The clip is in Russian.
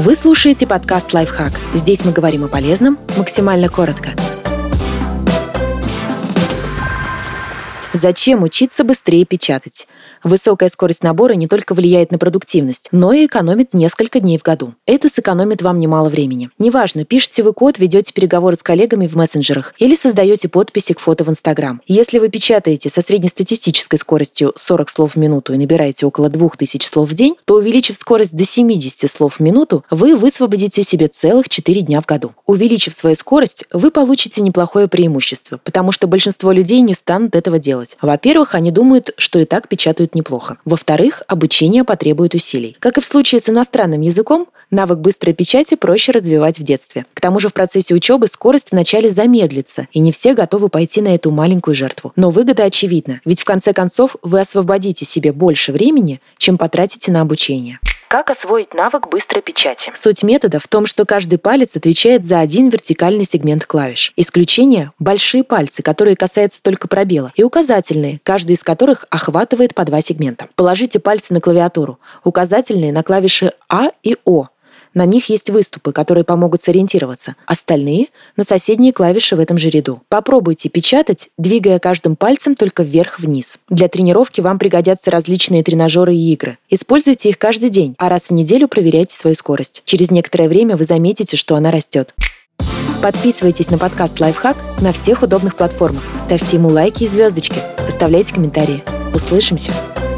Вы слушаете подкаст «Лайфхак». Здесь мы говорим о полезном максимально коротко. Зачем учиться быстрее печатать? Высокая скорость набора не только влияет на продуктивность, но и экономит несколько дней в году. Это сэкономит вам немало времени. Неважно, пишете вы код, ведете переговоры с коллегами в мессенджерах или создаете подписи к фото в Инстаграм. Если вы печатаете со среднестатистической скоростью 40 слов в минуту и набираете около 2000 слов в день, то, увеличив скорость до 70 слов в минуту, вы высвободите себе целых 4 дня в году. Увеличив свою скорость, вы получите неплохое преимущество, потому что большинство людей не станут этого делать. Во-первых, они думают, что и так печатают неплохо. Во-вторых, обучение потребует усилий. Как и в случае с иностранным языком, навык быстрой печати проще развивать в детстве. К тому же в процессе учебы скорость вначале замедлится, и не все готовы пойти на эту маленькую жертву. Но выгода очевидна, ведь в конце концов вы освободите себе больше времени, чем потратите на обучение. Как освоить навык быстрой печати? Суть метода в том, что каждый палец отвечает за один вертикальный сегмент клавиш. Исключение – большие пальцы, которые касаются только пробела, и указательные, каждый из которых охватывает по 2 сегмента. Положите пальцы на клавиатуру. Указательные на клавиши А и О. На них есть выступы, которые помогут сориентироваться. Остальные — на соседние клавиши в этом же ряду. Попробуйте печатать, двигая каждым пальцем только вверх-вниз. Для тренировки вам пригодятся различные тренажеры и игры. Используйте их каждый день, а раз в неделю проверяйте свою скорость. Через некоторое время вы заметите, что она растет. Подписывайтесь на подкаст «Лайфхак» на всех удобных платформах. Ставьте ему лайки и звездочки. Оставляйте комментарии. Услышимся!